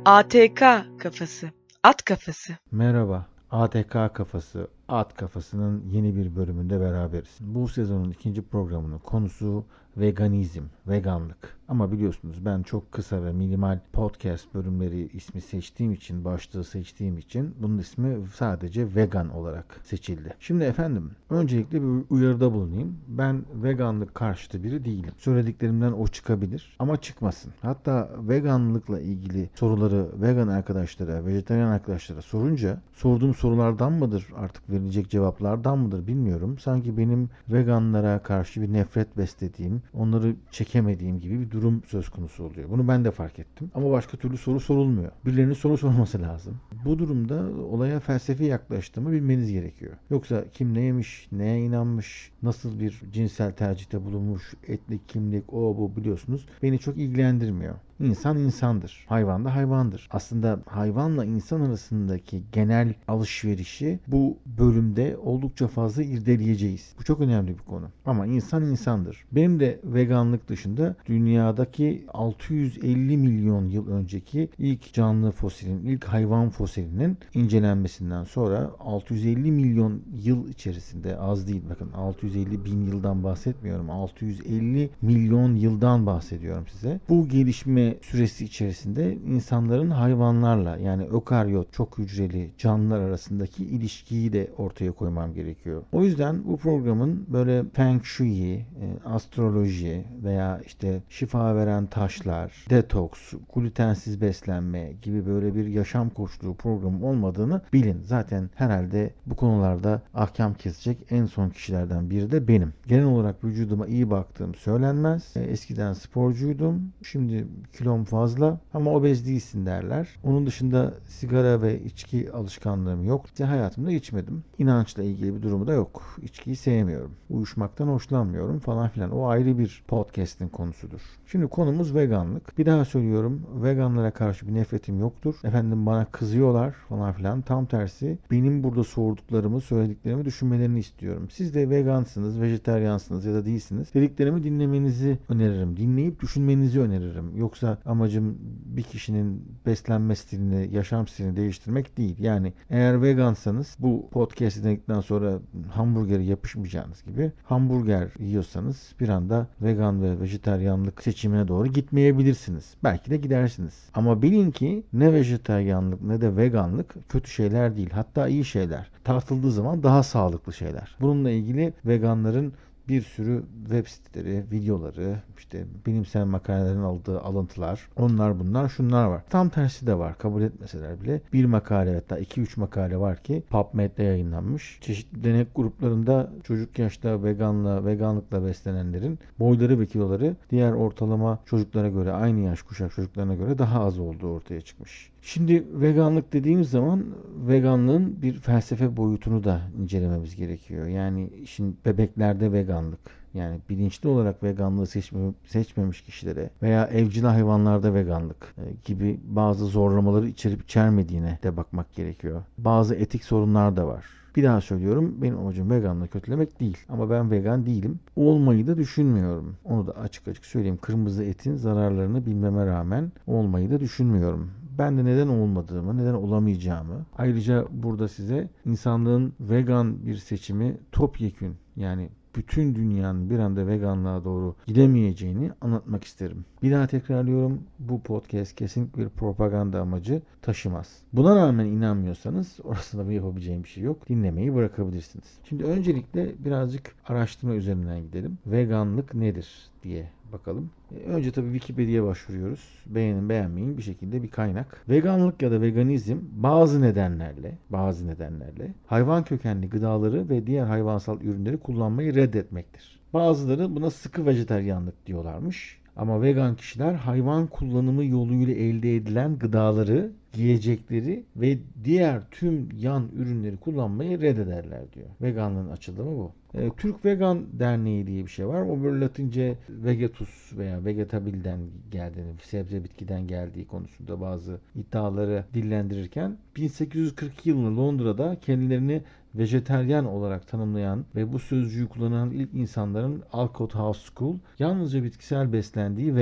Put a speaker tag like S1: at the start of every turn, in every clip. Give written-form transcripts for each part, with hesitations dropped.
S1: ATK kafası, at kafası.
S2: Merhaba, ATK Kafası, At Kafası'nın yeni bir bölümünde beraberiz. Bu sezonun ikinci programının konusu veganizm, veganlık. Ama biliyorsunuz ben çok kısa ve minimal podcast bölümleri ismi seçtiğim için, başlığı seçtiğim için bunun ismi sadece vegan olarak seçildi. Şimdi efendim, öncelikle bir uyarıda bulunayım. Ben veganlık karşıtı biri değilim. Söylediklerimden o çıkabilir ama çıkmasın. Hatta veganlıkla ilgili soruları vegan arkadaşlara, vejetaryen arkadaşlara sorunca sorduğum sorulardan mıdır, artık verilecek cevaplardan mıdır bilmiyorum. Sanki benim veganlara karşı bir nefret beslediğim, onları çekemediğim gibi bir durum söz konusu oluyor. Bunu ben de fark ettim. Ama başka türlü soru sorulmuyor. Birilerinin soru sorması lazım. Bu durumda olaya felsefi yaklaştığımı bilmeniz gerekiyor. Yoksa kim ne yemiş, neye inanmış, nasıl bir cinsel tercihte bulunmuş, etnik kimlik, o bu biliyorsunuz beni çok ilgilendirmiyor. İnsan insandır. Hayvan da hayvandır. Aslında hayvanla insan arasındaki genel alışverişi bu bölümde oldukça fazla irdeleyeceğiz. Bu çok önemli bir konu. Ama insan insandır. Benim de veganlık dışında dünyadaki 650 milyon yıl önceki ilk canlı fosilin, ilk hayvan fosilinin incelenmesinden sonra 650 milyon yıl içerisinde, az değil bakın, 650 bin yıldan bahsetmiyorum. 650 milyon yıldan bahsediyorum size. Bu gelişme süresi içerisinde insanların hayvanlarla, yani ökaryot, çok hücreli canlılar arasındaki ilişkiyi de ortaya koymam gerekiyor. O yüzden bu programın böyle Feng Shui, astroloji veya işte şifa veren taşlar, detoks, glutensiz beslenme gibi böyle bir yaşam koçluğu programı olmadığını bilin. Zaten herhalde bu konularda ahkam kesecek en son kişilerden biri de benim. Genel olarak vücuduma iyi baktığım söylenmez. Eskiden sporcuydum. Şimdi kilom fazla ama obez değilsin derler. Onun dışında sigara ve içki alışkanlığım yok. Hayatımda içmedim. İnançla ilgili bir durumu da yok. İçkiyi sevmiyorum. Uyuşmaktan hoşlanmıyorum falan filan. O ayrı bir podcast'in konusudur. Şimdi konumuz veganlık. Bir daha söylüyorum. Veganlara karşı bir nefretim yoktur. Efendim bana kızıyorlar falan filan. Tam tersi benim burada sorduklarımı, söylediklerimi düşünmelerini istiyorum. Siz de vegansınız, vejetaryansınız ya da değilsiniz. Dediklerimi dinlemenizi öneririm. Dinleyip düşünmenizi öneririm. Yoksa amacım bir kişinin beslenme stilini, yaşam stilini değiştirmek değil. Yani eğer vegansanız bu podcast'i dinledikten sonra hamburgeri yapışmayacağınız gibi, hamburger yiyorsanız bir anda vegan ve vejetaryanlık seçimine doğru gitmeyebilirsiniz. Belki de gidersiniz. Ama bilin ki ne vejetaryanlık ne de veganlık kötü şeyler değil. Hatta iyi şeyler. Tartıldığı zaman daha sağlıklı şeyler. Bununla ilgili veganların bir sürü web siteleri, videoları, işte bilimsel makalelerin aldığı alıntılar, onlar bunlar, şunlar var. Tam tersi de var, kabul etmeseler bile. Bir makale, hatta 2-3 makale var ki PubMed'de yayınlanmış. Çeşitli denek gruplarında çocuk yaşta veganlıkla beslenenlerin boyları ve kiloları diğer ortalama çocuklara göre, aynı yaş kuşak çocuklarına göre daha az olduğu ortaya çıkmış. Şimdi veganlık dediğimiz zaman veganlığın bir felsefe boyutunu da incelememiz gerekiyor. Yani şimdi bebeklerde veganlık, yani bilinçli olarak veganlığı seçmemiş kişilere veya evcil hayvanlarda veganlık gibi bazı zorlamaları içerip içermediğine de bakmak gerekiyor. Bazı etik sorunlar da var. Bir daha söylüyorum, benim amacım veganlığı kötülemek değil. Ama ben vegan değilim. Olmayı da düşünmüyorum. Onu da açık açık söyleyeyim. Kırmızı etin zararlarını bilmeme rağmen olmayı da düşünmüyorum. Ben de neden olmadığımı, neden olamayacağımı, ayrıca burada size insanlığın vegan bir seçimi topyekün, yani bütün dünyanın bir anda veganlığa doğru gidemeyeceğini anlatmak isterim. Bir daha tekrarlıyorum, bu podcast kesinlikle bir propaganda amacı taşımaz. Buna rağmen inanmıyorsanız orasında yapabileceğim bir şey yok. Dinlemeyi bırakabilirsiniz. Şimdi öncelikle birazcık araştırma üzerinden gidelim. Veganlık nedir diye bakalım. Önce tabii Wikipedia'ya başvuruyoruz. Beğenin beğenmeyin bir şekilde bir kaynak. Veganlık ya da veganizm bazı nedenlerle hayvan kökenli gıdaları ve diğer hayvansal ürünleri kullanmayı reddetmektir. Bazıları buna sıkı vejetaryenlik diyorlarmış. Ama vegan kişiler hayvan kullanımı yoluyla elde edilen gıdaları, yiyecekleri ve diğer tüm yan ürünleri kullanmayı reddederler diyor. Veganlığın açılımı bu. Türk Vegan Derneği diye bir şey var. O böyle Latince vegetus veya vegetabilden geldiğini, sebze bitkiden geldiği konusunda bazı iddiaları dillendirirken 1842 yılında Londra'da kendilerini vejeteryan olarak tanımlayan ve bu sözcüğü kullanan ilk insanların Alcott House School yalnızca bitkisel beslendiği ve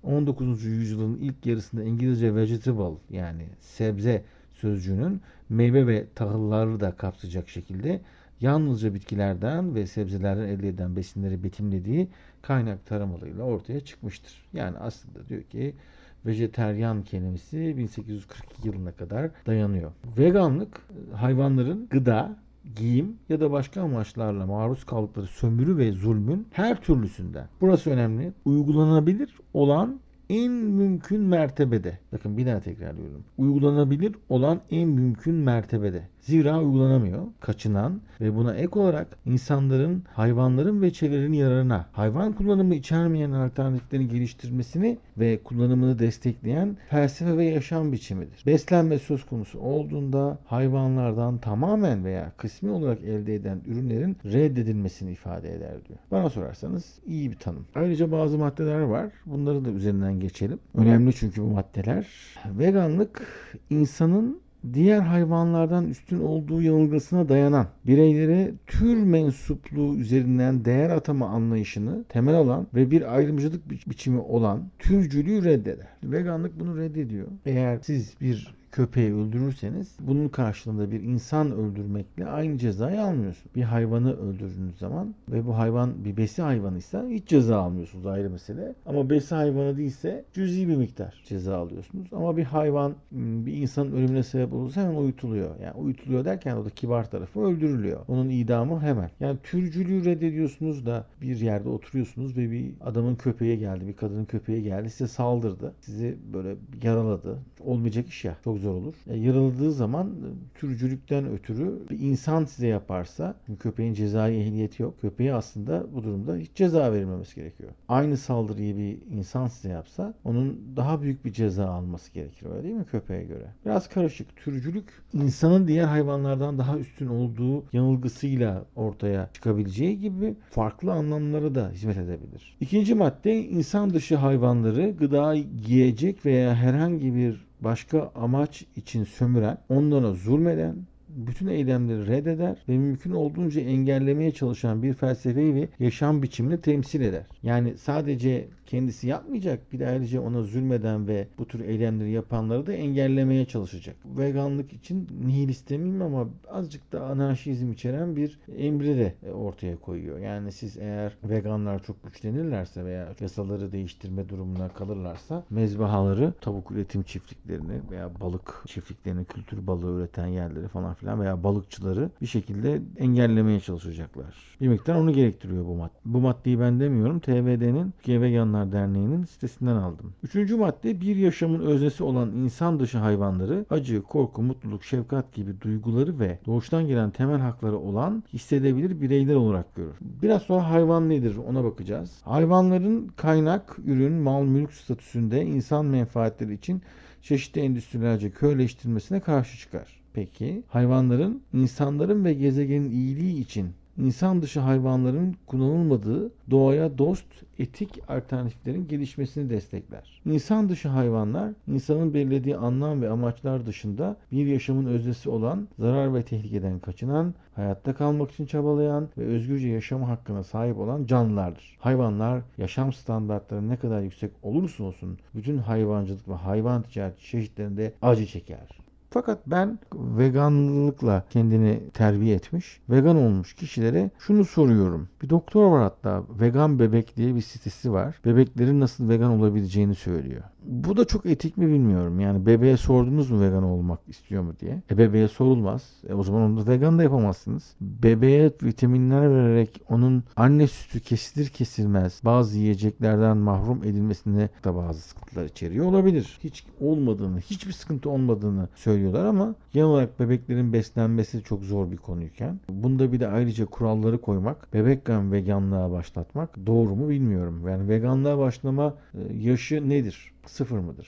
S2: 19. yüzyılın ilk yarısında İngilizce vegetable yani sebze sözcüğünün meyve ve tahılları da kapsayacak şekilde yalnızca bitkilerden ve sebzelerden elde edilen besinleri betimlediği kaynak taramalıyla ortaya çıkmıştır. Yani aslında diyor ki vejeteryan kelimesi 1842 yılına kadar dayanıyor. Veganlık hayvanların gıda, giyim ya da başka amaçlarla maruz kaldıkları sömürü ve zulmün her türlüsünden. Burası önemli. Uygulanabilir olan en mümkün mertebede. Bakın bir daha tekrarlıyorum. Uygulanabilir olan en mümkün mertebede. Zira uygulanamıyor, kaçınan ve buna ek olarak insanların, hayvanların ve çevrenin yararına hayvan kullanımı içermeyen alternatiflerin geliştirmesini ve kullanımını destekleyen felsefe ve yaşam biçimidir. Beslenme söz konusu olduğunda hayvanlardan tamamen veya kısmi olarak elde edilen ürünlerin reddedilmesini ifade eder diyor. Bana sorarsanız iyi bir tanım. Ayrıca bazı maddeler var. Bunları da üzerinden geçelim. Önemli çünkü bu maddeler. Veganlık insanın diğer hayvanlardan üstün olduğu yanılgısına dayanan, bireylere tür mensupluğu üzerinden değer atama anlayışını temel alan ve bir ayrımcılık biçimi olan türcülüğü reddeder. Veganlık bunu reddediyor. Eğer siz bir köpeği öldürürseniz bunun karşılığında bir insan öldürmekle aynı cezayı almıyorsunuz. Bir hayvanı öldürdüğünüz zaman ve bu hayvan bir besi hayvanıysa hiç ceza almıyorsunuz, ayrı mesele. Ama besi hayvanı değilse cüzi bir miktar ceza alıyorsunuz. Ama bir hayvan bir insanın ölümüne sebep olursa hemen uyutuluyor. Yani uyutuluyor derken o da kibar tarafı öldürülüyor. Onun idamı hemen. Yani türcülüğü reddediyorsunuz da bir yerde oturuyorsunuz ve bir adamın köpeği geldi, bir kadının köpeği geldi, size saldırdı. Sizi böyle yaraladı. Olmayacak iş ya. Çok zor olur. Yaraladığı zaman türcülükten ötürü bir insan size yaparsa, çünkü köpeğin cezai ehliyeti yok. Köpeğe aslında bu durumda hiç ceza verilmemesi gerekiyor. Aynı saldırıyı bir insan size yapsa onun daha büyük bir ceza alması gerekir. Öyle değil mi köpeğe göre? Biraz karışık. Türcülük insanın diğer hayvanlardan daha üstün olduğu yanılgısıyla ortaya çıkabileceği gibi farklı anlamlara da hizmet edebilir. İkinci madde insan dışı hayvanları gıda, yiyecek veya herhangi bir başka amaç için sömüren, onlara zulmeden, bütün eylemleri reddeder ve mümkün olduğunca engellemeye çalışan bir felsefeyi ve yaşam biçimini temsil eder. Yani sadece kendisi yapmayacak, bir de ayrıca ona zulmeden ve bu tür eylemleri yapanları da engellemeye çalışacak. Veganlık için nihilist demeyeyim ama azıcık da anarşizm içeren bir emri de ortaya koyuyor. Yani siz eğer veganlar çok güçlenirlerse veya yasaları değiştirme durumuna kalırlarsa mezbahaları, tavuk üretim çiftliklerini veya balık çiftliklerini, kültür balığı üreten yerleri falan filan veya balıkçıları bir şekilde engellemeye çalışacaklar. Bir miktar onu gerektiriyor bu madde. Bu maddeyi ben demiyorum. TVD'nin Veganlar Derneği'nin sitesinden aldım. Üçüncü madde bir yaşamın öznesi olan insan dışı hayvanları acı, korku, mutluluk, şefkat gibi duyguları ve doğuştan gelen temel hakları olan hissedebilir bireyler olarak görür. Biraz sonra hayvan nedir ona bakacağız. Hayvanların kaynak, ürün, mal, mülk statüsünde insan menfaatleri için çeşitli endüstrilerce köleleştirilmesine karşı çıkar. Peki hayvanların, insanların ve gezegenin iyiliği için İnsan dışı hayvanların kullanılmadığı doğaya dost etik alternatiflerin gelişmesini destekler. İnsan dışı hayvanlar insanın belirlediği anlam ve amaçlar dışında bir yaşamın öznesi olan, zarar ve tehlikeden kaçınan, hayatta kalmak için çabalayan ve özgürce yaşama hakkına sahip olan canlılardır. Hayvanlar yaşam standartları ne kadar yüksek olursa olsun bütün hayvancılık ve hayvan ticareti çeşitlerinde acı çeker. Fakat ben veganlıkla kendini terbiye etmiş, vegan olmuş kişilere şunu soruyorum. Bir doktor var hatta, Vegan Bebek diye bir sitesi var. Bebeklerin nasıl vegan olabileceğini söylüyor. Bu da çok etik mi bilmiyorum. Yani bebeğe sordunuz mu vegan olmak istiyor mu diye. Bebeğe sorulmaz. O zaman onu da vegan da yapamazsınız. Bebeğe vitaminler vererek onun anne sütü kesilir kesilmez bazı yiyeceklerden mahrum edilmesine de bazı sıkıntılar içeriyor olabilir. Hiç olmadığını, hiçbir sıkıntı olmadığını söylüyorlar ama genel olarak bebeklerin beslenmesi çok zor bir konuyken bunda bir de ayrıca kuralları koymak, bebekken veganlığa başlatmak doğru mu bilmiyorum. Yani veganlığa başlama yaşı nedir? 0 mıdır?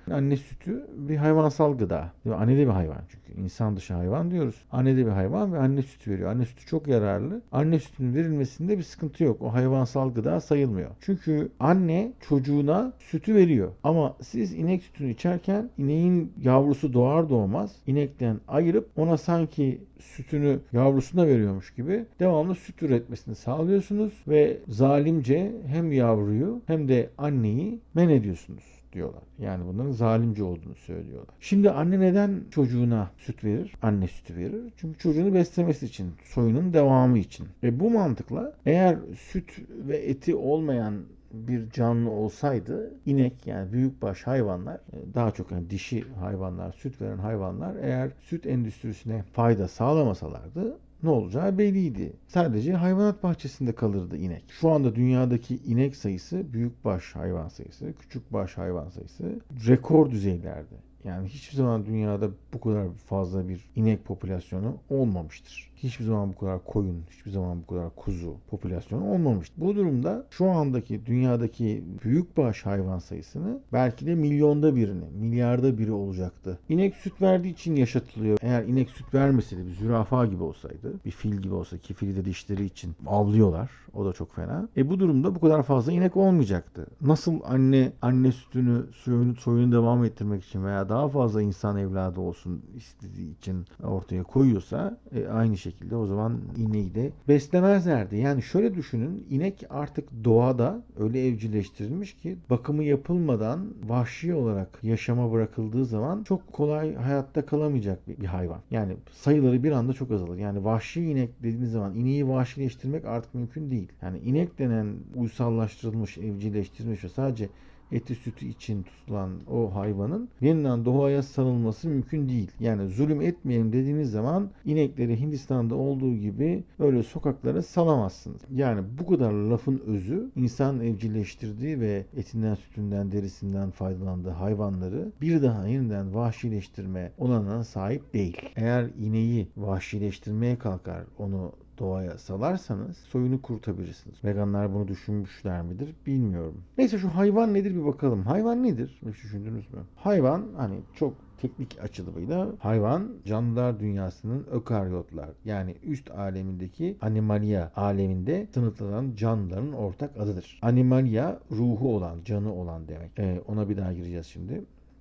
S2: Anne sütü bir hayvansal gıda. Anne de bir hayvan çünkü. İnsan dışı hayvan diyoruz. Anne de bir hayvan ve anne sütü veriyor. Anne sütü çok yararlı. Anne sütünün verilmesinde bir sıkıntı yok. O hayvansal gıda sayılmıyor. Çünkü anne çocuğuna sütü veriyor. Ama siz inek sütünü içerken ineğin yavrusu doğar doğmaz inekten ayırıp ona sanki sütünü yavrusuna veriyormuş gibi devamlı süt üretmesini sağlıyorsunuz ve zalimce hem yavruyu hem de anneyi men ediyorsunuz diyorlar. Yani bunların zalimce olduğunu söylüyorlar. Şimdi anne neden çocuğuna süt verir? Anne sütü verir. Çünkü çocuğunu beslemesi için, soyunun devamı için. Bu mantıkla eğer süt ve eti olmayan bir canlı olsaydı inek yani büyükbaş hayvanlar daha çok yani dişi hayvanlar, süt veren hayvanlar eğer süt endüstrisine fayda sağlamasalardı ne olacağı belliydi. Sadece hayvanat bahçesinde kalırdı inek. Şu anda dünyadaki inek sayısı, büyükbaş hayvan sayısı, küçükbaş hayvan sayısı rekor düzeylerde. Yani hiçbir zaman dünyada bu kadar fazla bir inek popülasyonu olmamıştır. Hiçbir zaman bu kadar koyun, hiçbir zaman bu kadar kuzu popülasyonu olmamıştır. Bu durumda şu andaki dünyadaki büyükbaş hayvan sayısını belki de milyonda birini, milyarda biri olacaktı. İnek süt verdiği için yaşatılıyor. Eğer inek süt vermeseydi bir zürafa gibi olsaydı, bir fil gibi olsa ki fili de dişleri için avlıyorlar. O da çok fena. Bu durumda bu kadar fazla inek olmayacaktı. Nasıl anne sütünü soyunu devam ettirmek için veya daha fazla insan evladı olsun istediği için ortaya koyuyorsa aynı şekilde o zaman ineği de beslemezlerdi. Yani şöyle düşünün, inek artık doğada öyle evcilleştirilmiş ki bakımı yapılmadan vahşi olarak yaşama bırakıldığı zaman çok kolay hayatta kalamayacak bir hayvan. Yani sayıları bir anda çok azalır. Yani vahşi inek dediğiniz zaman ineği vahşileştirmek artık mümkün değil. Yani inek denen uysallaştırılmış, evcilleştirilmiş ve sadece eti sütü için tutulan o hayvanın yeniden doğaya salınması mümkün değil. Yani zulüm etmeyelim dediğiniz zaman inekleri Hindistan'da olduğu gibi öyle sokaklara salamazsınız. Yani bu kadar lafın özü insan evcilleştirdiği ve etinden, sütünden, derisinden faydalandığı hayvanları bir daha yeniden vahşileştirme olanına sahip değil. Eğer ineği vahşileştirmeye kalkar, onu doğaya salarsanız soyunu kurtarabilirsiniz. Veganlar bunu düşünmüşler midir bilmiyorum. Neyse şu hayvan nedir bir bakalım. Hayvan nedir? Hiç düşündünüz mü? Hayvan hani çok teknik açılımıyla hayvan canlılar dünyasının ökaryotlar yani üst alemindeki animalia aleminde sınıflanan canlıların ortak adıdır. Animalia ruhu olan, canı olan demek. Ona bir daha gireceğiz şimdi.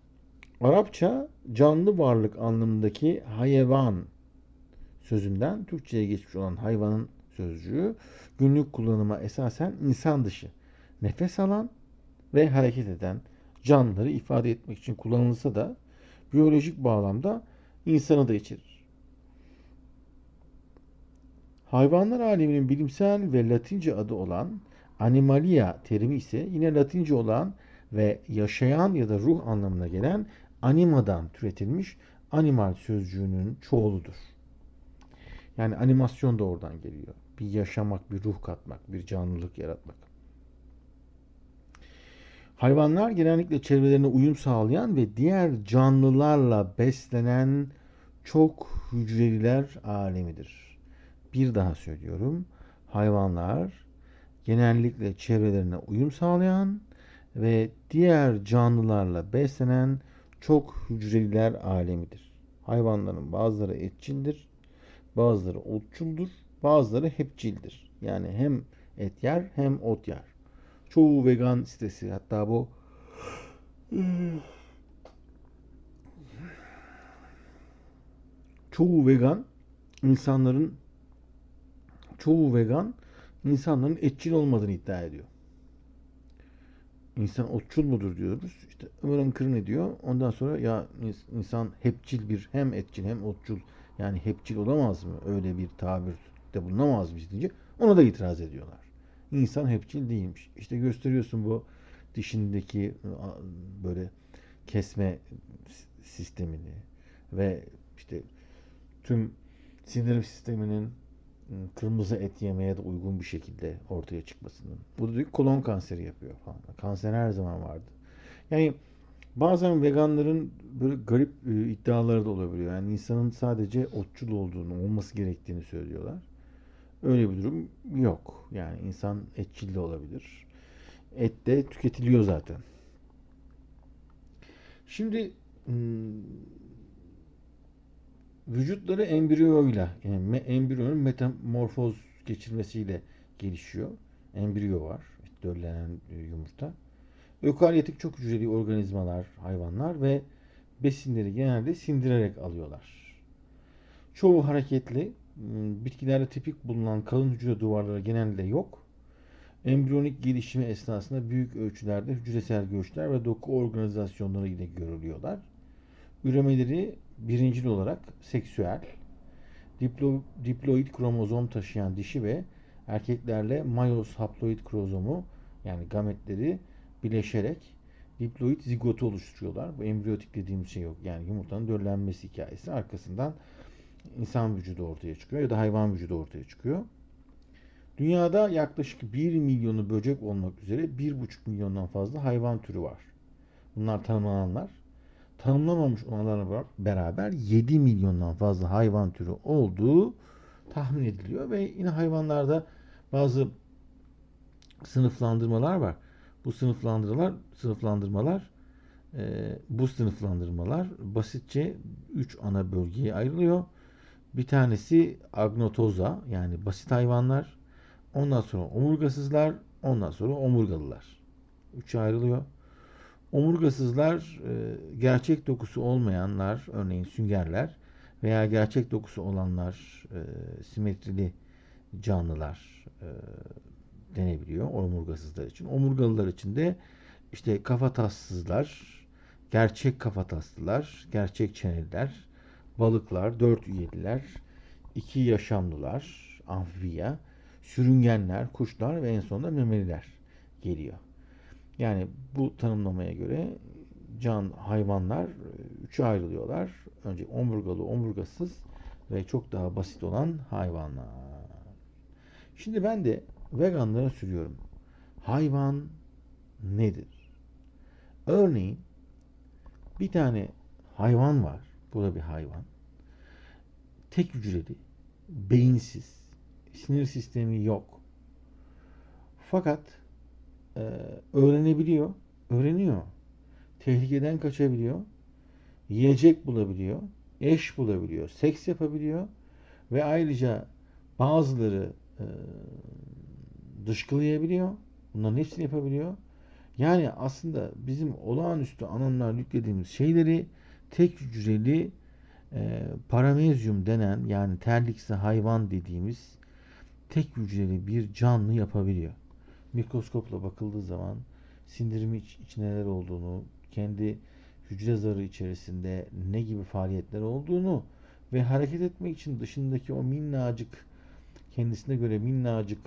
S2: Arapça canlı varlık anlamındaki hayvan sözünden Türkçe'ye geçmiş olan hayvanın sözcüğü günlük kullanıma esasen insan dışı, nefes alan ve hareket eden canlıları ifade etmek için kullanılsa da biyolojik bağlamda insanı da içerir. Hayvanlar aleminin bilimsel ve Latince adı olan animalia terimi ise yine Latince olan ve yaşayan ya da ruh anlamına gelen animadan türetilmiş animal sözcüğünün çoğuludur. Yani animasyon da oradan geliyor. Bir yaşamak, bir ruh katmak, bir canlılık yaratmak. Hayvanlar genellikle çevrelerine uyum sağlayan ve diğer canlılarla beslenen çok hücreliler alemidir. Bir daha söylüyorum. Hayvanlar genellikle çevrelerine uyum sağlayan ve diğer canlılarla beslenen çok hücreliler alemidir. Hayvanların bazıları etçildir, bazıları otçuldur, bazıları hepçildir. Yani hem et yer hem ot yer. Çoğu vegan sitesi hatta bu çoğu vegan insanların çoğu vegan insanların etçil olmadığını iddia ediyor. İnsan otçul mudur diyoruz. İşte Ömer Ankırı ne diyor? Ondan sonra ya insan hepçil bir hem etçil hem otçul yani hepçil olamaz mı? Öyle bir tabirde bulunamaz mı deyince ona da itiraz ediyorlar. İnsan hepçil değilmiş. İşte gösteriyorsun bu dişindeki böyle kesme sistemini ve işte tüm sindirim sisteminin kırmızı et yemeye de uygun bir şekilde ortaya çıkmasını. Bu da kolon kanseri yapıyor falan. Kanser her zaman vardı. Yani bazen veganların böyle garip iddiaları da olabiliyor. Yani insanın sadece otçul olduğunu, olması gerektiğini söylüyorlar. Öyle bir durum yok. Yani insan etçil de olabilir. Et de tüketiliyor zaten. Şimdi vücutları embriyoyla, yani embriyonun metamorfoz geçirmesiyle gelişiyor. Embriyo var, işte döllenen yumurta. Ökaryotik çok hücreli organizmalar, hayvanlar ve besinleri genelde sindirerek alıyorlar. Çoğu hareketli, bitkilerde tipik bulunan kalın hücre duvarları genelde yok. Embriyonik gelişimi esnasında büyük ölçülerde hücresel göçler ve doku organizasyonları ile görülüyorlar. Üremeleri birincil olarak seksüel, diploid kromozom taşıyan dişi ve erkeklerle mayoz haploid kromozomu yani gametleri bileşerek diploid zigotu oluşturuyorlar. Bu embriyotik dediğimiz şey yok. Yani yumurtanın döllenmesi hikayesi. Arkasından insan vücudu ortaya çıkıyor ya da hayvan vücudu ortaya çıkıyor. Dünyada yaklaşık 1 milyonu böcek olmak üzere 1,5 milyondan fazla hayvan türü var. Bunlar tanımlananlar. Tanımlamamış olanlarla beraber 7 milyondan fazla hayvan türü olduğu tahmin ediliyor ve yine hayvanlarda bazı sınıflandırmalar var. Bu sınıflandırmalar basitçe 3 ana bölgeye ayrılıyor. Bir tanesi agnotoza yani basit hayvanlar. Ondan sonra omurgasızlar. Ondan sonra omurgalılar. 3'e ayrılıyor. Omurgasızlar gerçek dokusu olmayanlar, örneğin süngerler veya gerçek dokusu olanlar simetrili canlılar denebiliyor omurgasızlar için. Omurgalılar için de işte kafatassızlar, gerçek kafataslılar, gerçek çeneliler, balıklar, dört üyeliler, iki yaşamlılar, amfibiya, sürüngenler, kuşlar ve en sonunda memeliler geliyor. Yani bu tanımlamaya göre hayvanlar üçe ayrılıyorlar. Önce omurgalı, omurgasız ve çok daha basit olan hayvanlar. Şimdi ben de veganlara soruyorum. Hayvan nedir? Örneğin bir tane hayvan var. Bu da bir hayvan. Tek hücreli, beyinsiz, sinir sistemi yok. Fakat öğrenebiliyor, öğreniyor. Tehlikeden kaçabiliyor, yiyecek bulabiliyor, eş bulabiliyor, seks yapabiliyor ve ayrıca bazıları dışkılayabiliyor. Bunların hepsini yapabiliyor. Yani aslında bizim olağanüstü anomlar yüklediğimiz şeyleri tek hücreli paramezyum denen yani terliksi hayvan dediğimiz tek hücreli bir canlı yapabiliyor. Mikroskopla bakıldığı zaman sindirimi içinde neler olduğunu, kendi hücre zarı içerisinde ne gibi faaliyetler olduğunu ve hareket etmek için dışındaki o minnacık kendisine göre minnacık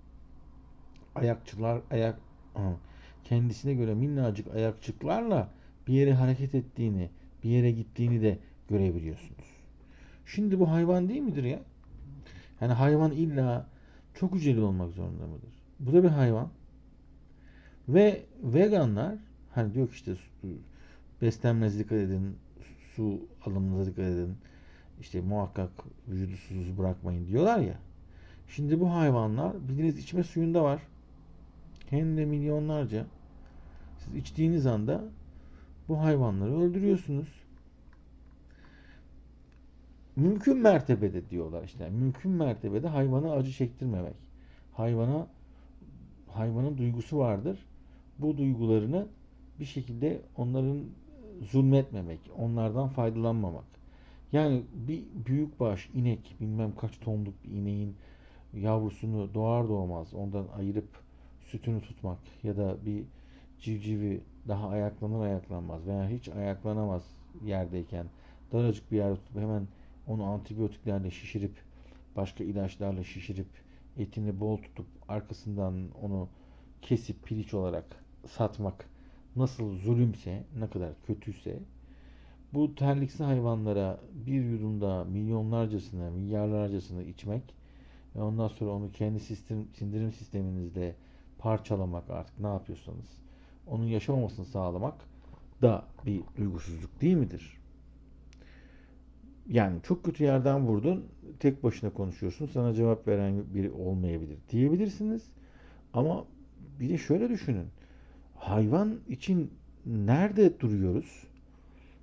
S2: kendisine göre minnacık ayakçıklarla bir yere hareket ettiğini, bir yere gittiğini de görebiliyorsunuz. Şimdi bu hayvan değil midir ya? Yani hayvan illa çok hücreli olmak zorunda mıdır? Bu da bir hayvan. Ve veganlar hani diyor ki işte beslenmenize dikkat edin, su alımınıza dikkat edin, işte muhakkak vücudu susuz bırakmayın diyorlar ya. Şimdi bu hayvanlar bildiğiniz içme suyunda var. Hem de milyonlarca. Siz içtiğiniz anda bu hayvanları öldürüyorsunuz. Mümkün mertebede diyorlar işte. Mümkün mertebede hayvana acı çektirmemek. Hayvanın duygusu vardır. Bu duygularını bir şekilde onların zulmetmemek, onlardan faydalanmamak. Yani bir büyükbaş inek, bilmem kaç tonluk bir ineğin yavrusunu doğar doğmaz ondan ayırıp sütünü tutmak ya da bir civcivi daha ayaklanır ayaklanmaz veya hiç ayaklanamaz yerdeyken daracık bir yerde tutup hemen onu antibiyotiklerle şişirip başka ilaçlarla şişirip etini bol tutup arkasından onu kesip piliç olarak satmak nasıl zulümse, ne kadar kötüyse bu terliksi hayvanlara bir yudumda milyonlarcasını, milyarlarcasını içmek ve ondan sonra onu kendi sindirim sisteminizde parçalamak artık ne yapıyorsanız onun yaşamamasını sağlamak da bir duygusuzluk değil midir? Yani çok kötü yerden vurdun, tek başına konuşuyorsun, sana cevap veren biri olmayabilir diyebilirsiniz. Ama bir de şöyle düşünün. Hayvan için nerede duruyoruz?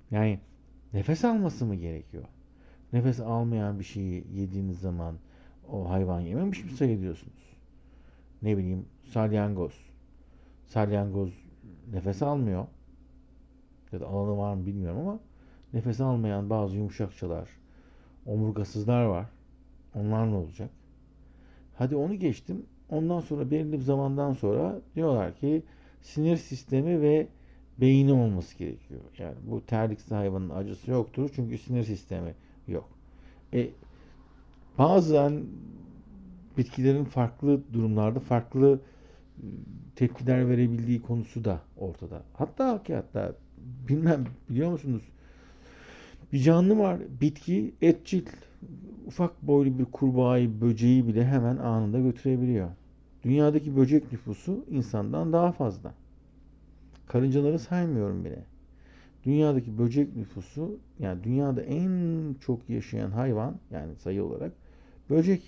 S2: Yani nefes alması mı gerekiyor? Nefes almayan bir şeyi yediğiniz zaman o hayvan yememiş mi sayılıyorsunuz? Ne bileyim, salyangoz. Salyangoz nefes almıyor. Ya da alanı var mı bilmiyorum ama nefes almayan bazı yumuşakçalar, omurgasızlar var. Onlar ne olacak? Hadi onu geçtim. Ondan sonra belirli bir zamandan sonra diyorlar ki sinir sistemi ve beyni olması gerekiyor. Yani bu terlikli hayvanın acısı yoktur çünkü sinir sistemi yok. E, Bazen bitkilerin farklı durumlarda farklı tepkiler verebildiği konusu da ortada. Hatta bilmem, biliyor musunuz? Bir canlı var, bitki, etçil. Ufak boylu bir kurbağayı, böceği bile hemen anında götürebiliyor. Dünyadaki böcek nüfusu insandan daha fazla. Karıncaları saymıyorum bile. Dünyadaki böcek nüfusu, yani dünyada en çok yaşayan hayvan, yani sayı olarak böcek.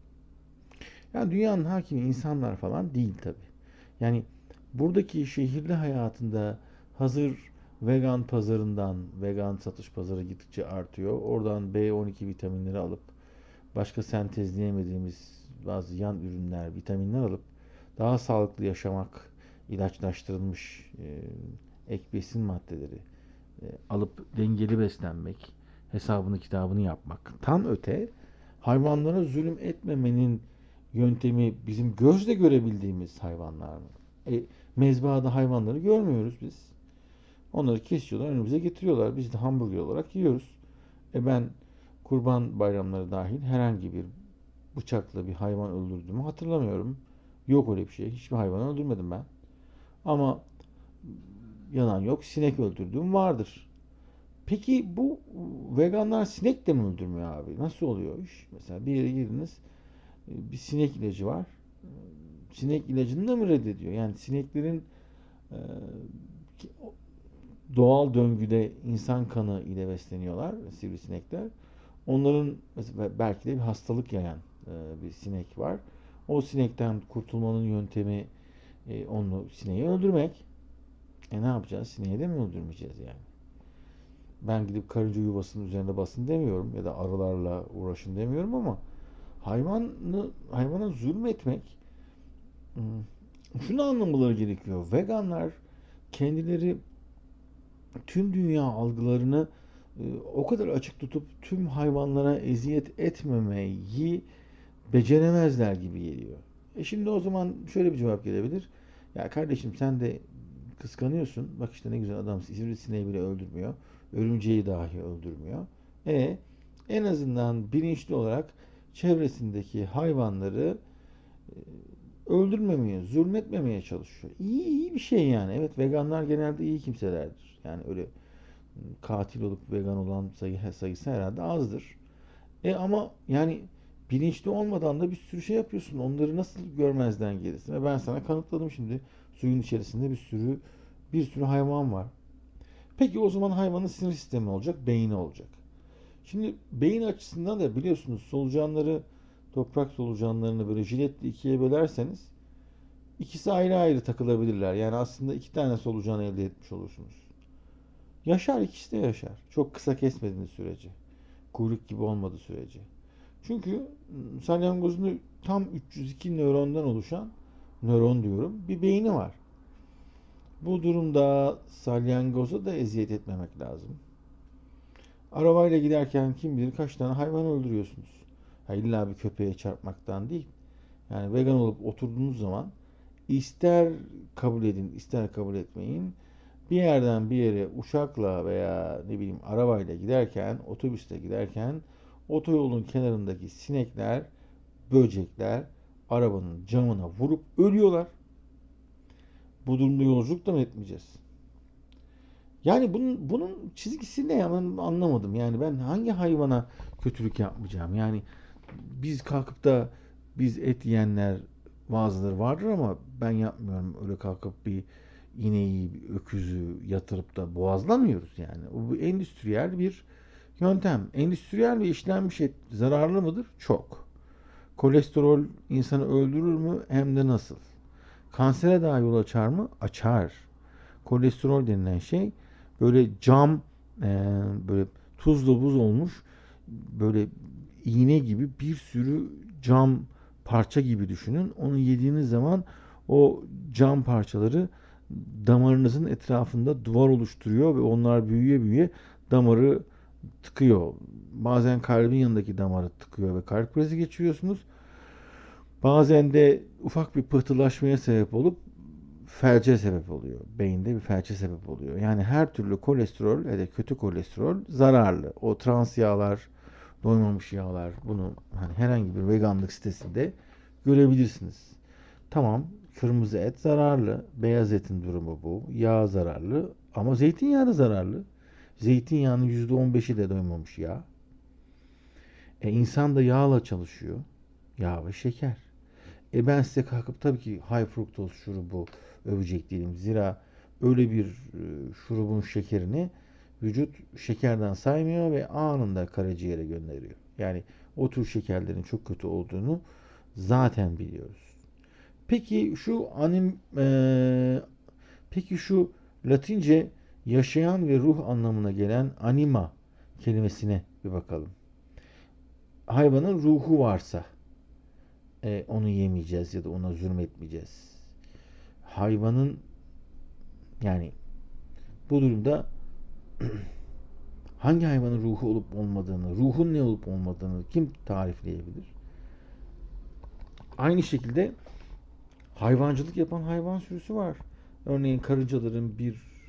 S2: Yani dünyanın hakimi insanlar falan değil tabi. Yani buradaki şehirli hayatında hazır vegan pazarından, vegan satış pazarı gittikçe artıyor. Oradan B12 vitaminleri alıp başka sentezleyemediğimiz bazı yan ürünler, vitaminler alıp daha sağlıklı yaşamak, ilaçlaştırılmış ek besin maddeleri alıp dengeli beslenmek, hesabını kitabını yapmak. Tam öte hayvanlara zulüm etmemenin yöntemi bizim gözle görebildiğimiz hayvanlar mı? Mezbahada hayvanları görmüyoruz biz. Onları kesiyorlar, önümüze getiriyorlar. Biz de hamburger olarak yiyoruz. Ben kurban bayramları dahil herhangi bir bıçakla bir hayvan öldürdüğümü hatırlamıyorum. Yok öyle bir şey. Hiçbir hayvan öldürmedim ben. Ama yalan yok, sinek öldürdüğüm vardır. Peki bu veganlar sinek de mi öldürmüyor abi? Nasıl oluyor iş? Mesela bir yere girdiniz, bir sinek ilacı var. Sinek ilacını da mı reddediyor? Yani sineklerin e, doğal döngüde insan kanı ile besleniyorlar sivrisinekler. Onların mesela belki de bir hastalık yayan bir sinek var. O sinekten kurtulmanın yöntemi onu sineği öldürmek. Ne yapacağız? Sineği de mi öldürmeyeceğiz yani? Ben gidip karınca yuvasının üzerinde basın demiyorum ya da arılarla uğraşın demiyorum ama hayvana zulmetmek, şunu anlamaları gerekiyor. Veganlar kendileri tüm dünya algılarını o kadar açık tutup tüm hayvanlara eziyet etmemeyi beceremezler gibi geliyor. Şimdi o zaman şöyle bir cevap gelebilir. Ya kardeşim, sen de kıskanıyorsun. Bak işte ne güzel adam sivrisineği bile öldürmüyor. Örümceği dahi öldürmüyor. En azından bilinçli olarak çevresindeki hayvanları öldürmemeye, zulmetmemeye çalışıyor. İyi bir şey yani. Evet, veganlar genelde iyi kimselerdir. Yani öyle katil olup vegan olan sayısı herhalde azdır. Ama yani bilinçli olmadan da bir sürü şey yapıyorsun. Onları nasıl görmezden gelirsin? Ve ben sana kanıtladım şimdi. Suyun içerisinde bir sürü hayvan var. Peki o zaman hayvanın sinir sistemi olacak, beyni olacak. Şimdi beyin açısından da biliyorsunuz, solucanları, toprak solucanlarını böyle jiletle ikiye bölerseniz ikisi ayrı ayrı takılabilirler. Yani aslında iki tane solucan elde etmiş olursunuz. Yaşar, ikisi de yaşar. Çok kısa kesmediğiniz sürece. Kuyruk gibi olmadığı sürece. Çünkü salyangozun tam 302 nörondan oluşan, nöron diyorum, bir beyni var. Bu durumda salyangoza da eziyet etmemek lazım. Arabayla giderken kim bilir kaç tane hayvan öldürüyorsunuz. İlla bir köpeğe çarpmaktan değil. Yani vegan olup oturduğunuz zaman ister kabul edin, ister kabul etmeyin, bir yerden bir yere uçakla veya ne bileyim arabayla giderken, otobüste giderken otoyolun kenarındaki sinekler, böcekler arabanın camına vurup ölüyorlar. Bu durumda yolculuk da mı etmeyeceğiz? Yani bunun çizgisi ne ya, ben anlamadım. Yani ben hangi hayvana kötülük yapmayacağım? Yani biz kalkıp da biz et yiyenler bazıları vardır ama ben yapmıyorum. Öyle kalkıp bir ineği, bir öküzü yatırıp da boğazlamıyoruz yani. Bu endüstriyel bir yöntem. Endüstriyel ve işlenmiş et zararlı mıdır? Çok. Kolesterol insanı öldürür mü? Hem de nasıl? Kansere daha yol açar mı? Açar. Kolesterol denilen şey böyle cam böyle tuzla buz olmuş, böyle iğne gibi bir sürü cam parça gibi düşünün. Onu yediğiniz zaman o cam parçaları damarınızın etrafında duvar oluşturuyor ve onlar büyüye büyüye damarı tıkıyor. Bazen kalbin yanındaki damarı tıkıyor ve kalp krizi geçiriyorsunuz. Bazen de ufak bir pıhtılaşmaya sebep olup felce sebep oluyor. Beyinde bir felce sebep oluyor. Yani her türlü kolesterol ya da kötü kolesterol zararlı. O trans yağlar, doymamış yağlar, bunu hani herhangi bir veganlık sitesinde görebilirsiniz. Tamam, kırmızı et zararlı, beyaz etin durumu bu, yağ zararlı ama zeytinyağı da zararlı. Zeytinyağının %15'i de doymamış yağ. İnsan da yağla çalışıyor. Yağ ve şeker. Ben size kalkıp tabii ki high fruktoz şurubu övecek değilim. Zira öyle bir şurubun şekerini vücut şekerden saymıyor ve anında karaciğere gönderiyor. Yani o tür şekerlerin çok kötü olduğunu zaten biliyoruz. Peki şu Latince yaşayan ve ruh anlamına gelen anima kelimesine bir bakalım. Hayvanın ruhu varsa onu yemeyeceğiz ya da ona zulmetmeyeceğiz. Hayvanın, yani bu durumda hangi hayvanın ruhu olup olmadığını, ruhun ne olup olmadığını kim tarifleyebilir? Aynı şekilde hayvancılık yapan hayvan sürüsü var. Örneğin karıncaların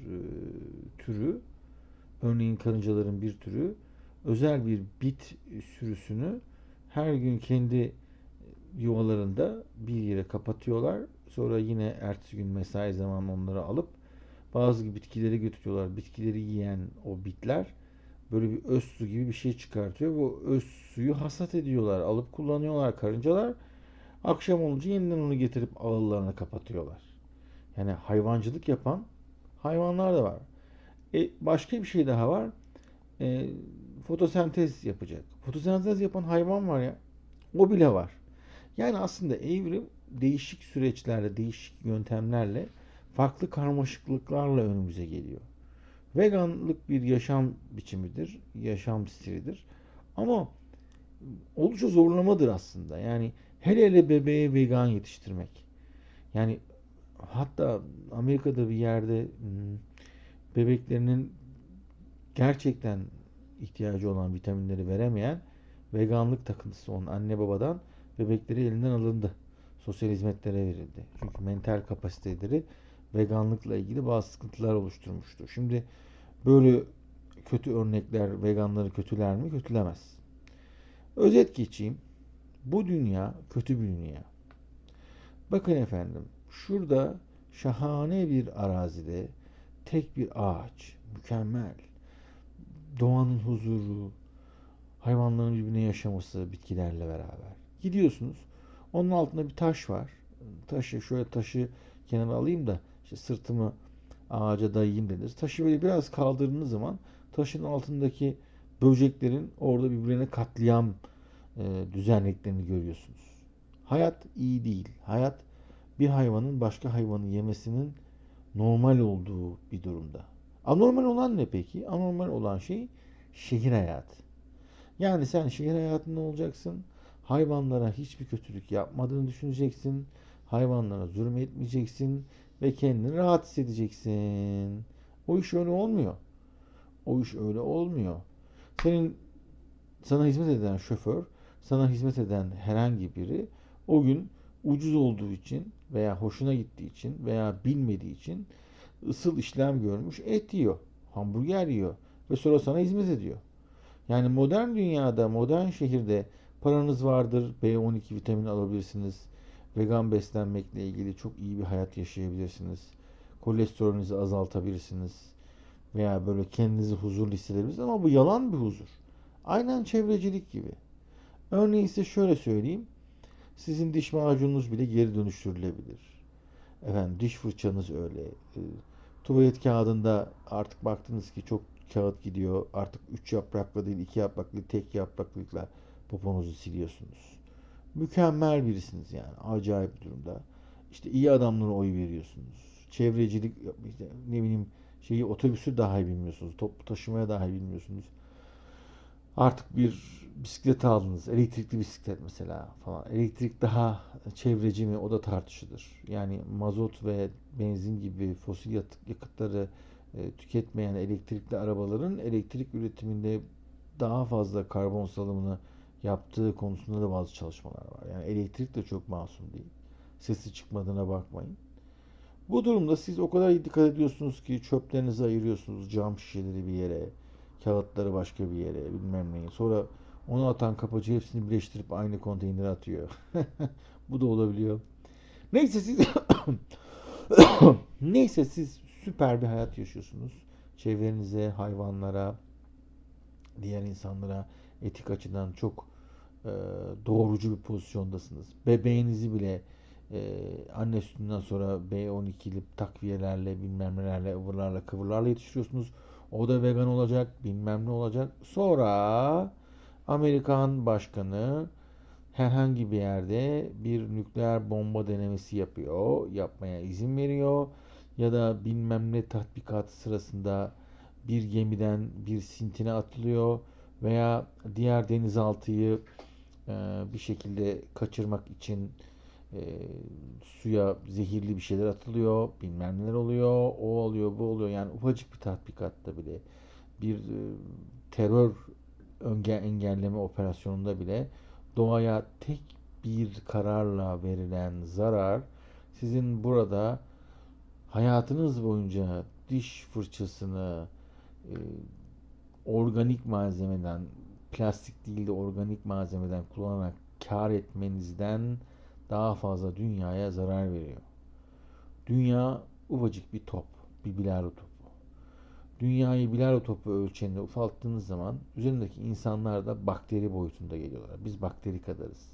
S2: türü, örneğin karıncaların bir türü özel bir bit sürüsünü her gün kendi yuvalarında bir yere kapatıyorlar. Sonra yine ertesi gün mesai zamanı onları alıp bazı bitkileri götürüyorlar. Bitkileri yiyen o bitler böyle bir öz su gibi bir şey çıkartıyor. Bu öz suyu hasat ediyorlar. Alıp kullanıyorlar karıncalar. Akşam olunca yeniden onu getirip ağıllarına kapatıyorlar. Yani hayvancılık yapan hayvanlar da var. Başka bir şey daha var. E, Fotosentez yapacak. Fotosentez yapan hayvan var ya. O bile var. Yani aslında evrim değişik süreçlerle, değişik yöntemlerle, farklı karmaşıklıklarla önümüze geliyor. Veganlık bir yaşam biçimidir, yaşam stilidir. Ama oldukça zorlamadır aslında. Yani hele hele bebeğe vegan yetiştirmek. Yani hatta Amerika'da bir yerde bebeklerinin gerçekten ihtiyacı olan vitaminleri veremeyen veganlık takıntısı olan anne babadan bebekleri elinden alındı. Sosyal hizmetlere verildi. Çünkü mental kapasiteleri veganlıkla ilgili bazı sıkıntılar oluşturmuştu. Şimdi böyle kötü örnekler veganları kötüler mi? Kötülemez. Özet geçeyim. Bu dünya kötü bir dünya. Bakın efendim, şurada şahane bir arazide tek bir ağaç, mükemmel. Doğanın huzuru, hayvanların birbirine yaşaması bitkilerle beraber. Gidiyorsunuz, onun altında bir taş var. Taşı kenara alayım da işte sırtımı ağaca dayayayım dediniz. Taşı böyle biraz kaldırdığınız zaman taşın altındaki böceklerin orada birbirine katliam düzenlediklerini görüyorsunuz. Hayat iyi değil. Hayat bir hayvanın başka hayvanı yemesinin normal olduğu bir durumda. Anormal olan ne peki? Anormal olan şey şehir hayatı. Yani sen şehir hayatında olacaksın. Hayvanlara hiçbir kötülük yapmadığını düşüneceksin. Hayvanlara zulmetmeyeceksin ve kendini rahat hissedeceksin. O iş öyle olmuyor. O iş öyle olmuyor. Senin Sana hizmet eden şoför, sana hizmet eden herhangi biri o gün ucuz olduğu için veya hoşuna gittiği için veya bilmediği için ısıl işlem görmüş et yiyor, hamburger yiyor ve sonra sana hizmet ediyor. Yani modern dünyada, modern şehirde paranız vardır, B12 vitamini alabilirsiniz. Vegan beslenmekle ilgili çok iyi bir hayat yaşayabilirsiniz. Kolesterolünüzü azaltabilirsiniz. Veya böyle kendinizi huzurlu hissedebilirsiniz ama bu yalan bir huzur. Aynen çevrecilik gibi. Örneğin size şöyle söyleyeyim. Sizin diş macununuz bile geri dönüştürülebilir. Efendim diş fırçanız öyle. Tuvalet kağıdında artık baktınız ki çok kağıt gidiyor. Artık 3 yapraklı değil 2 yapraklı tek yapraklıkla poponuzu siliyorsunuz. Mükemmel birisiniz yani. Acayip bir durumda. İşte iyi adamlara oy veriyorsunuz. Çevrecilik, işte ne bileyim otobüsü dahi bilmiyorsunuz. Toplu taşımaya dahi bilmiyorsunuz. Artık bir bisiklet aldınız. Elektrikli bisiklet mesela falan. Elektrik daha çevreci mi? O da tartışılır. Yani mazot ve benzin gibi fosil yakıtları tüketmeyen elektrikli arabaların elektrik üretiminde daha fazla karbon salımını yaptığı konusunda da bazı çalışmalar var. Yani elektrik de çok masum değil. Sesi çıkmadığına bakmayın. Bu durumda siz o kadar iyi dikkat ediyorsunuz ki çöplerinizi ayırıyorsunuz. Cam şişeleri bir yere, kağıtları başka bir yere, bilmem neyi. Sonra onu atan kapıcı hepsini birleştirip aynı konteynere atıyor. Bu da olabiliyor. Neyse siz neyse siz süper bir hayat yaşıyorsunuz. Çevrenize, hayvanlara, diğer insanlara etik açıdan çok e, doğrucu bir pozisyondasınız. Bebeğinizi bile anne sütünden sonra B12'li takviyelerle bilmem nelerle ıvırlarla kıvırlarla yetiştiriyorsunuz. O da vegan olacak, bilmem ne olacak. Sonra Amerikan başkanı herhangi bir yerde bir nükleer bomba denemesi yapıyor, yapmaya izin veriyor ya da bilmem ne tatbikatı sırasında bir gemiden bir sintine atılıyor veya diğer denizaltıyı bir şekilde kaçırmak için e, suya zehirli bir şeyler atılıyor, bilmem neler oluyor, o oluyor, bu oluyor. Yani ufacık bir tatbikatta bile bir terör engelleme operasyonunda bile doğaya tek bir kararla verilen zarar sizin burada hayatınız boyunca diş fırçasını e, organik malzemeden, plastik değil de organik malzemeden kullanarak kar etmenizden daha fazla dünyaya zarar veriyor. Dünya ufacık bir top, bir bilardo topu. Dünyayı bilardo topu ölçeğinde ufalttığınız zaman üzerindeki insanlar da bakteri boyutunda geliyorlar. Biz bakteri kadarız.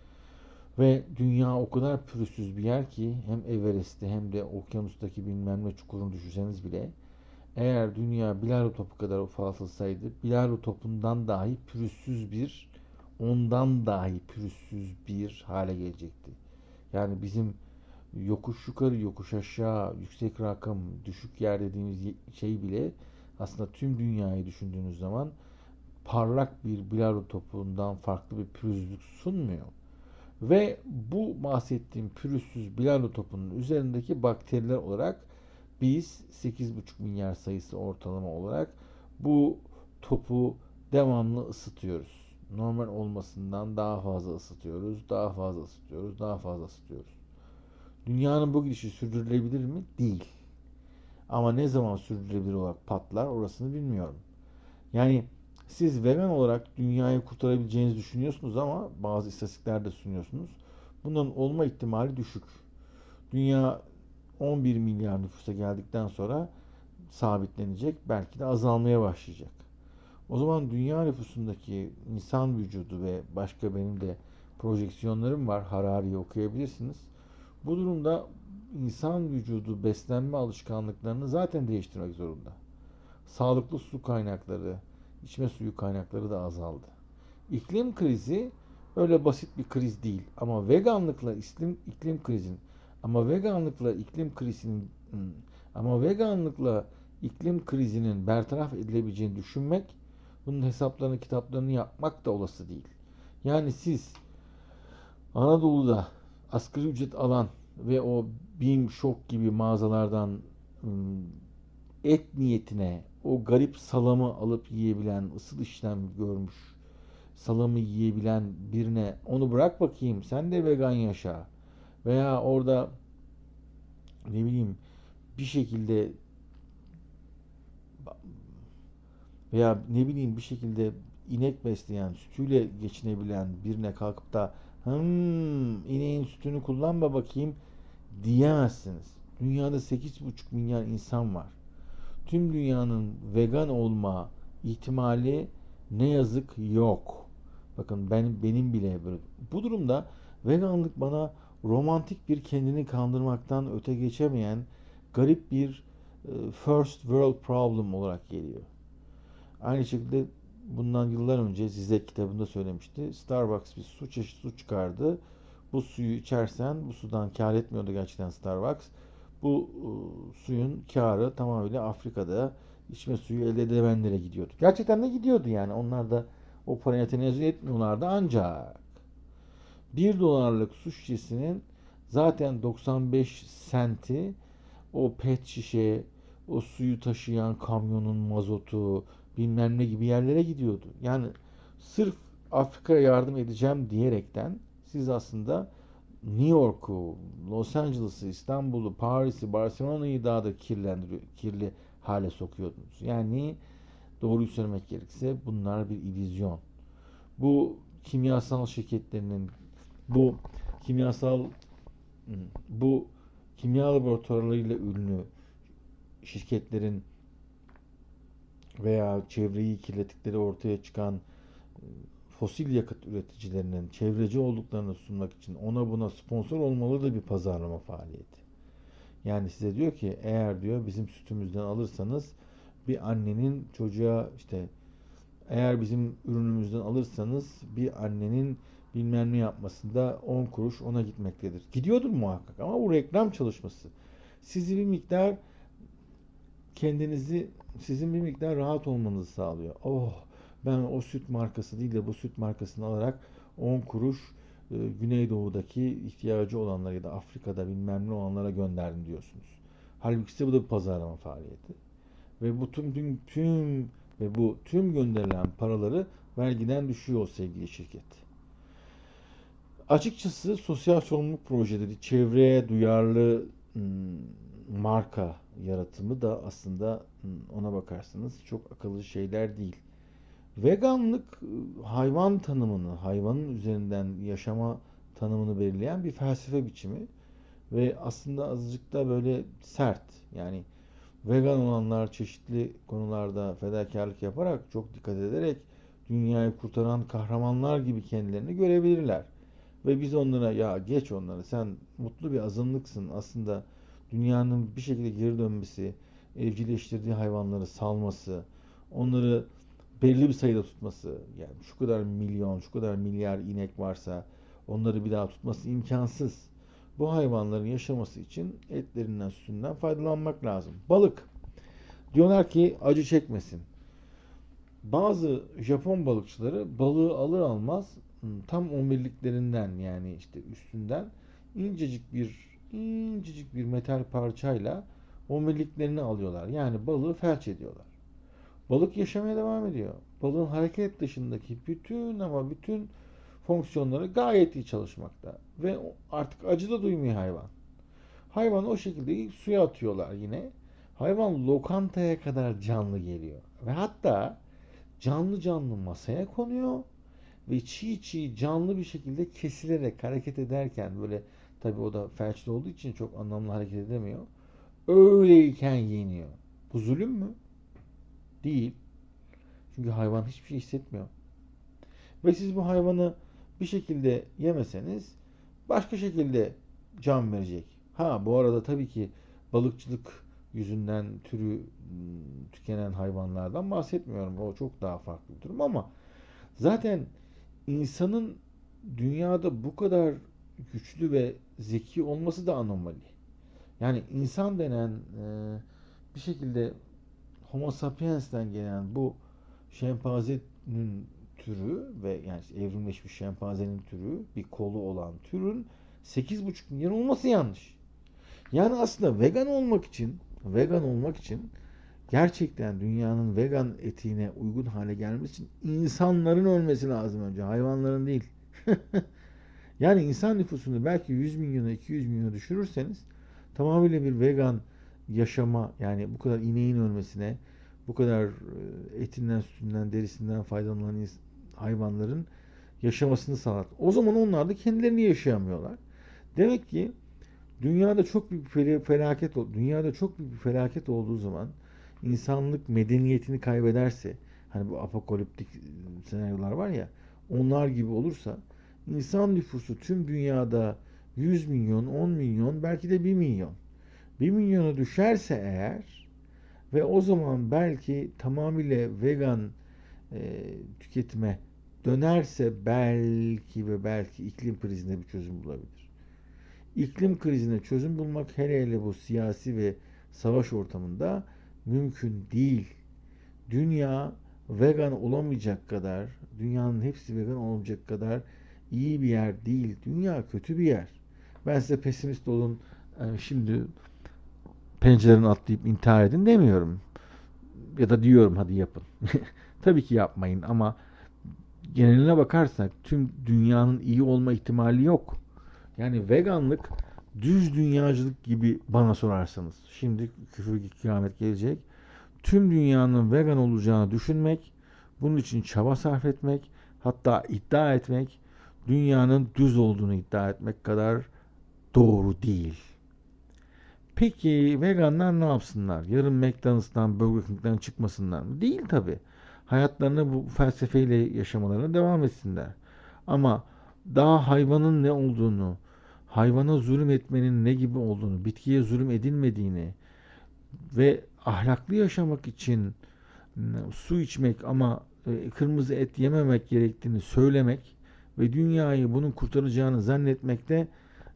S2: Ve dünya o kadar pürüzsüz bir yer ki hem Everest'te hem de okyanustaki bilmem ne çukurunu düşünseniz bile eğer dünya bilardo topu kadar ufaltılsaydı bilardo topundan dahi pürüzsüz bir ondan dahi pürüzsüz bir hale gelecekti. Yani bizim yokuş yukarı, yokuş aşağı, yüksek rakım, düşük yer dediğimiz şey bile aslında tüm dünyayı düşündüğünüz zaman parlak bir bilardo topundan farklı bir pürüzlük sunmuyor. Ve bu bahsettiğim pürüzsüz bilardo topunun üzerindeki bakteriler olarak biz 8,5 milyar sayısı ortalama olarak bu topu devamlı ısıtıyoruz. Normal olmasından daha fazla ısıtıyoruz, daha fazla ısıtıyoruz, daha fazla ısıtıyoruz. Dünyanın bu gidişi sürdürülebilir mi? Değil. Ama ne zaman sürdürülebilir olarak patlar orasını bilmiyorum. Yani siz vegan olarak dünyayı kurtarabileceğinizi düşünüyorsunuz ama bazı istatistikler de sunuyorsunuz. Bunların olma ihtimali düşük. Dünya 11 milyar nüfusa geldikten sonra sabitlenecek, belki de azalmaya başlayacak. O zaman dünya nüfusundaki insan vücudu ve başka benim de projeksiyonlarım var. Harari'yi okuyabilirsiniz. Bu durumda insan vücudu beslenme alışkanlıklarını zaten değiştirmek zorunda. Sağlıklı su kaynakları, içme suyu kaynakları da azaldı. İklim krizi öyle basit bir kriz değil. Ama veganlıkla iklim krizinin ama veganlıkla iklim krizinin ama veganlıkla iklim krizinin bertaraf edilebileceğini düşünmek, bunun hesaplarını, kitaplarını yapmak da olası değil. Yani siz Anadolu'da asgari ücret alan ve o BİM, Şok gibi mağazalardan et niyetine o garip salamı alıp yiyebilen, ısıl işlem görmüş salamı yiyebilen birine onu bırak bakayım sen de vegan yaşa. Veya orada ne bileyim bir şekilde veya ne bileyim bir şekilde inek besleyen, sütüyle geçinebilen birine kalkıp da ineğin sütünü kullanma bakayım diyemezsiniz. Dünyada 8,5 milyar insan var. Tüm dünyanın vegan olma ihtimali ne yazık yok. Bakın benim bile böyle. Bu durumda veganlık bana romantik bir kendini kandırmaktan öte geçemeyen garip bir first world problem olarak geliyor. Aynı şekilde bundan yıllar önce Zizek kitabında söylemişti. Starbucks bir su çıkardı. Bu suyu içersen bu sudan kar etmiyordu gerçekten Starbucks. bu suyun kârı tamamıyla Afrika'da içme suyu elde edemeyenlere gidiyordu. Gerçekten de gidiyordu yani. Onlar da o paraya tenezzül etmiyorlardı ancak 1 dolarlık su şişesinin zaten 95 senti o pet şişe, o suyu taşıyan kamyonun mazotu, bilmem ne gibi yerlere gidiyordu. Yani sırf Afrika'ya yardım edeceğim diyerekten siz aslında New York'u, Los Angeles'ı, İstanbul'u, Paris'i, Barcelona'yı daha da kirli hale sokuyordunuz. Yani doğruyu söylemek gerekirse bunlar bir illüzyon. Bu kimyasal şirketlerinin, bu kimyasal bu kimya laboratuvarlarıyla ünlü şirketlerin veya çevreyi kirlettikleri ortaya çıkan fosil yakıt üreticilerinin çevreci olduklarını sunmak için ona buna sponsor olmaları da bir pazarlama faaliyeti. Yani size diyor ki eğer diyor bizim sütümüzden alırsanız bir annenin çocuğa işte eğer bizim ürünümüzden alırsanız bir annenin bilmem ne yapmasında 10 kuruş ona gitmektedir. Gidiyordur muhakkak ama bu reklam çalışması. Sizi bir miktar kendinizi sizin bir miktar rahat olmanızı sağlıyor. Oh ben o süt markası değil de bu süt markasını alarak 10 kuruş Güneydoğu'daki ihtiyacı olanlara ya da Afrika'da bilmem ne olanlara gönderdim diyorsunuz. Halbuki size bu da bir pazarlama faaliyeti. Ve bu tüm gönderilen paraları vergiden düşüyor o sevgili şirket. Açıkçası sosyal sorumluluk projeleri, çevreye duyarlı marka yaratımı da aslında ona bakarsanız çok akıllı şeyler değil. Veganlık hayvan tanımını, hayvanın üzerinden yaşama tanımını belirleyen bir felsefe biçimi ve aslında azıcık da böyle sert. Yani vegan olanlar çeşitli konularda fedakarlık yaparak çok dikkat ederek dünyayı kurtaran kahramanlar gibi kendilerini görebilirler. Ve biz onlara ya geç onları sen mutlu bir azınlıksın aslında dünyanın bir şekilde geri dönmesi, evcilleştirdiği hayvanları salması, onları belli bir sayıda tutması yani şu kadar milyon, şu kadar milyar inek varsa onları bir daha tutması imkansız. Bu hayvanların yaşaması için etlerinden, sütünden faydalanmak lazım. Balık. Diyorlar ki acı çekmesin. Bazı Japon balıkçıları balığı alır almaz tam omuriliklerinden yani işte üstünden incecik bir metal parçayla omuriliklerini alıyorlar. Yani balığı felç ediyorlar. Balık yaşamaya devam ediyor. Balığın hareket dışındaki bütün fonksiyonları gayet iyi çalışmakta. Ve artık acı da duymuyor hayvan. Hayvan o şekilde suya atıyorlar yine. Hayvan lokantaya kadar canlı geliyor. Ve hatta canlı masaya konuyor ve çiğ canlı bir şekilde kesilerek hareket ederken böyle tabii o da felçli olduğu için çok anlamlı hareket edemiyor. Öyleyken yeniyor. Bu zulüm mü? Değil. Çünkü hayvan hiçbir şey hissetmiyor. Ve siz bu hayvanı bir şekilde yemeseniz başka şekilde can verecek. Ha bu arada tabii ki balıkçılık yüzünden türü tükenen hayvanlardan bahsetmiyorum. O çok daha farklı bir durum ama zaten insanın dünyada bu kadar güçlü ve zeki olması da anomali. Yani insan denen bir şekilde Homo sapiens'ten gelen bu şempanzenin türü ve yani evrimleşmiş şempanzenin türü bir kolu olan türün 8,5 milyon olması yanlış. Yani aslında vegan olmak için gerçekten dünyanın vegan etiğine uygun hale gelmesi için insanların ölmesi lazım önce. Hayvanların değil. Yani insan nüfusunu belki 100 milyona 200 milyona düşürürseniz tamamıyla bir vegan yaşama yani bu kadar ineğin ölmesine bu kadar etinden, sütünden, derisinden faydalanan hayvanların yaşamasını sağlar. O zaman onlar da kendilerini yaşayamıyorlar. Demek ki dünyada çok büyük bir felaket olduğu zaman insanlık medeniyetini kaybederse hani bu apokaliptik senaryolar var ya onlar gibi olursa insan nüfusu tüm dünyada 100 milyon, 10 milyon belki de 1 milyon. 1 milyona düşerse eğer ve o zaman belki tamamıyla vegan tüketime dönerse belki iklim krizine bir çözüm bulabilir. İklim krizine çözüm bulmak hele bu siyasi ve savaş ortamında mümkün değil. Dünya vegan olamayacak kadar, dünyanın hepsi vegan olamayacak kadar iyi bir yer değil. Dünya kötü bir yer. Ben size pesimist olun, şimdi pencereden atlayıp intihar edin demiyorum. Ya da diyorum hadi yapın. Tabii ki yapmayın ama geneline bakarsak tüm dünyanın iyi olma ihtimali yok. Yani veganlık düz dünyacılık gibi bana sorarsanız. Şimdi küfür kıyamet gelecek. Tüm dünyanın vegan olacağını düşünmek, bunun için çaba sarf etmek, hatta iddia etmek, dünyanın düz olduğunu iddia etmek kadar doğru değil. Peki veganlar ne yapsınlar? Yarın McDonald's'tan, Burger King'den çıkmasınlar mı? Değil tabii. Hayatlarını bu felsefeyle yaşamalarına devam etsinler. Ama daha hayvanın ne olduğunu, hayvana zulüm etmenin ne gibi olduğunu, bitkiye zulüm edilmediğini ve ahlaklı yaşamak için su içmek ama kırmızı et yememek gerektiğini söylemek ve dünyayı bunun kurtaracağını zannetmekte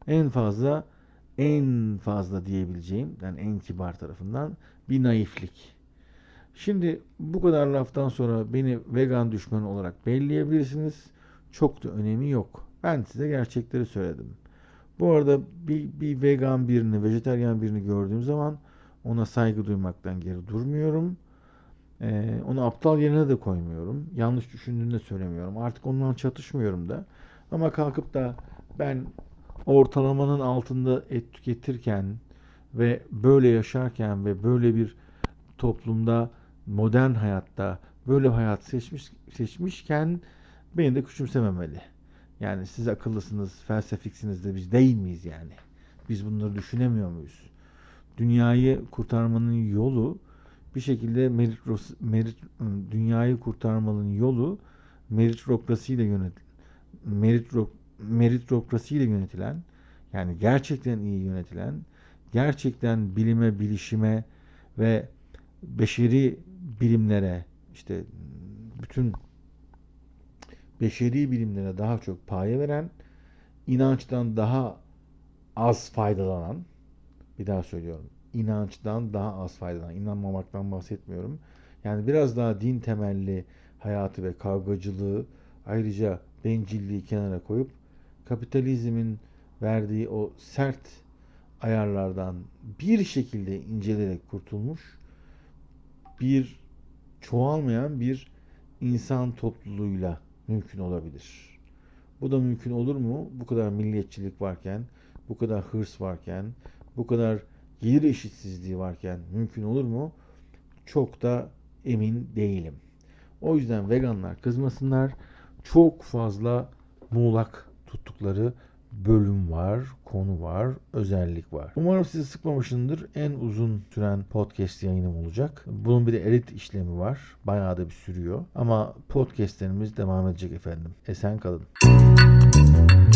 S2: en fazla diyebileceğim, yani en kibar tarafından bir naiflik. Şimdi bu kadar laftan sonra beni vegan düşmanı olarak belleyebilirsiniz. Çok da önemi yok. Ben size gerçekleri söyledim. Bu arada bir vegan birini, vejetaryen birini gördüğüm zaman ona saygı duymaktan geri durmuyorum. Onu aptal yerine de koymuyorum. Yanlış düşündüğünü de söylemiyorum. Artık ondan çatışmıyorum da. Ama kalkıp da ben ortalamanın altında et tüketirken ve böyle yaşarken ve böyle bir toplumda, modern hayatta böyle hayat seçmişken beni de küçümsememeli. Yani siz akıllısınız, felsefiksiniz de biz değil miyiz yani? Biz bunları düşünemiyor muyuz? Dünyayı kurtarmanın yolu bir şekilde dünyayı kurtarmanın yolu meritokrasiyle yönetilen, yani gerçekten iyi yönetilen, gerçekten bilime, bilişime ve beşeri bilimlere, işte bütün beşeri bilimlere daha çok paye veren, inançtan daha az faydalanan, bir daha söylüyorum, inançtan daha az faydalanan, inanmamaktan bahsetmiyorum. Yani biraz daha din temelli hayatı ve kavgacılığı, ayrıca bencilliği kenara koyup kapitalizmin verdiği o sert ayarlardan bir şekilde incelerek kurtulmuş bir çoğalmayan bir insan topluluğuyla mümkün olabilir. Bu da mümkün olur mu? Bu kadar milliyetçilik varken, bu kadar hırs varken, bu kadar gelir eşitsizliği varken mümkün olur mu? Çok da emin değilim. O yüzden veganlar kızmasınlar. Çok fazla muğlak tuttukları bölüm var, konu var, özellik var. Umarım sizi sıkmamışımdır. En uzun süren podcast yayınım olacak. Bunun bir de edit işlemi var. Bayağı da bir sürüyor. Ama podcastlerimiz devam edecek efendim. Esen kalın.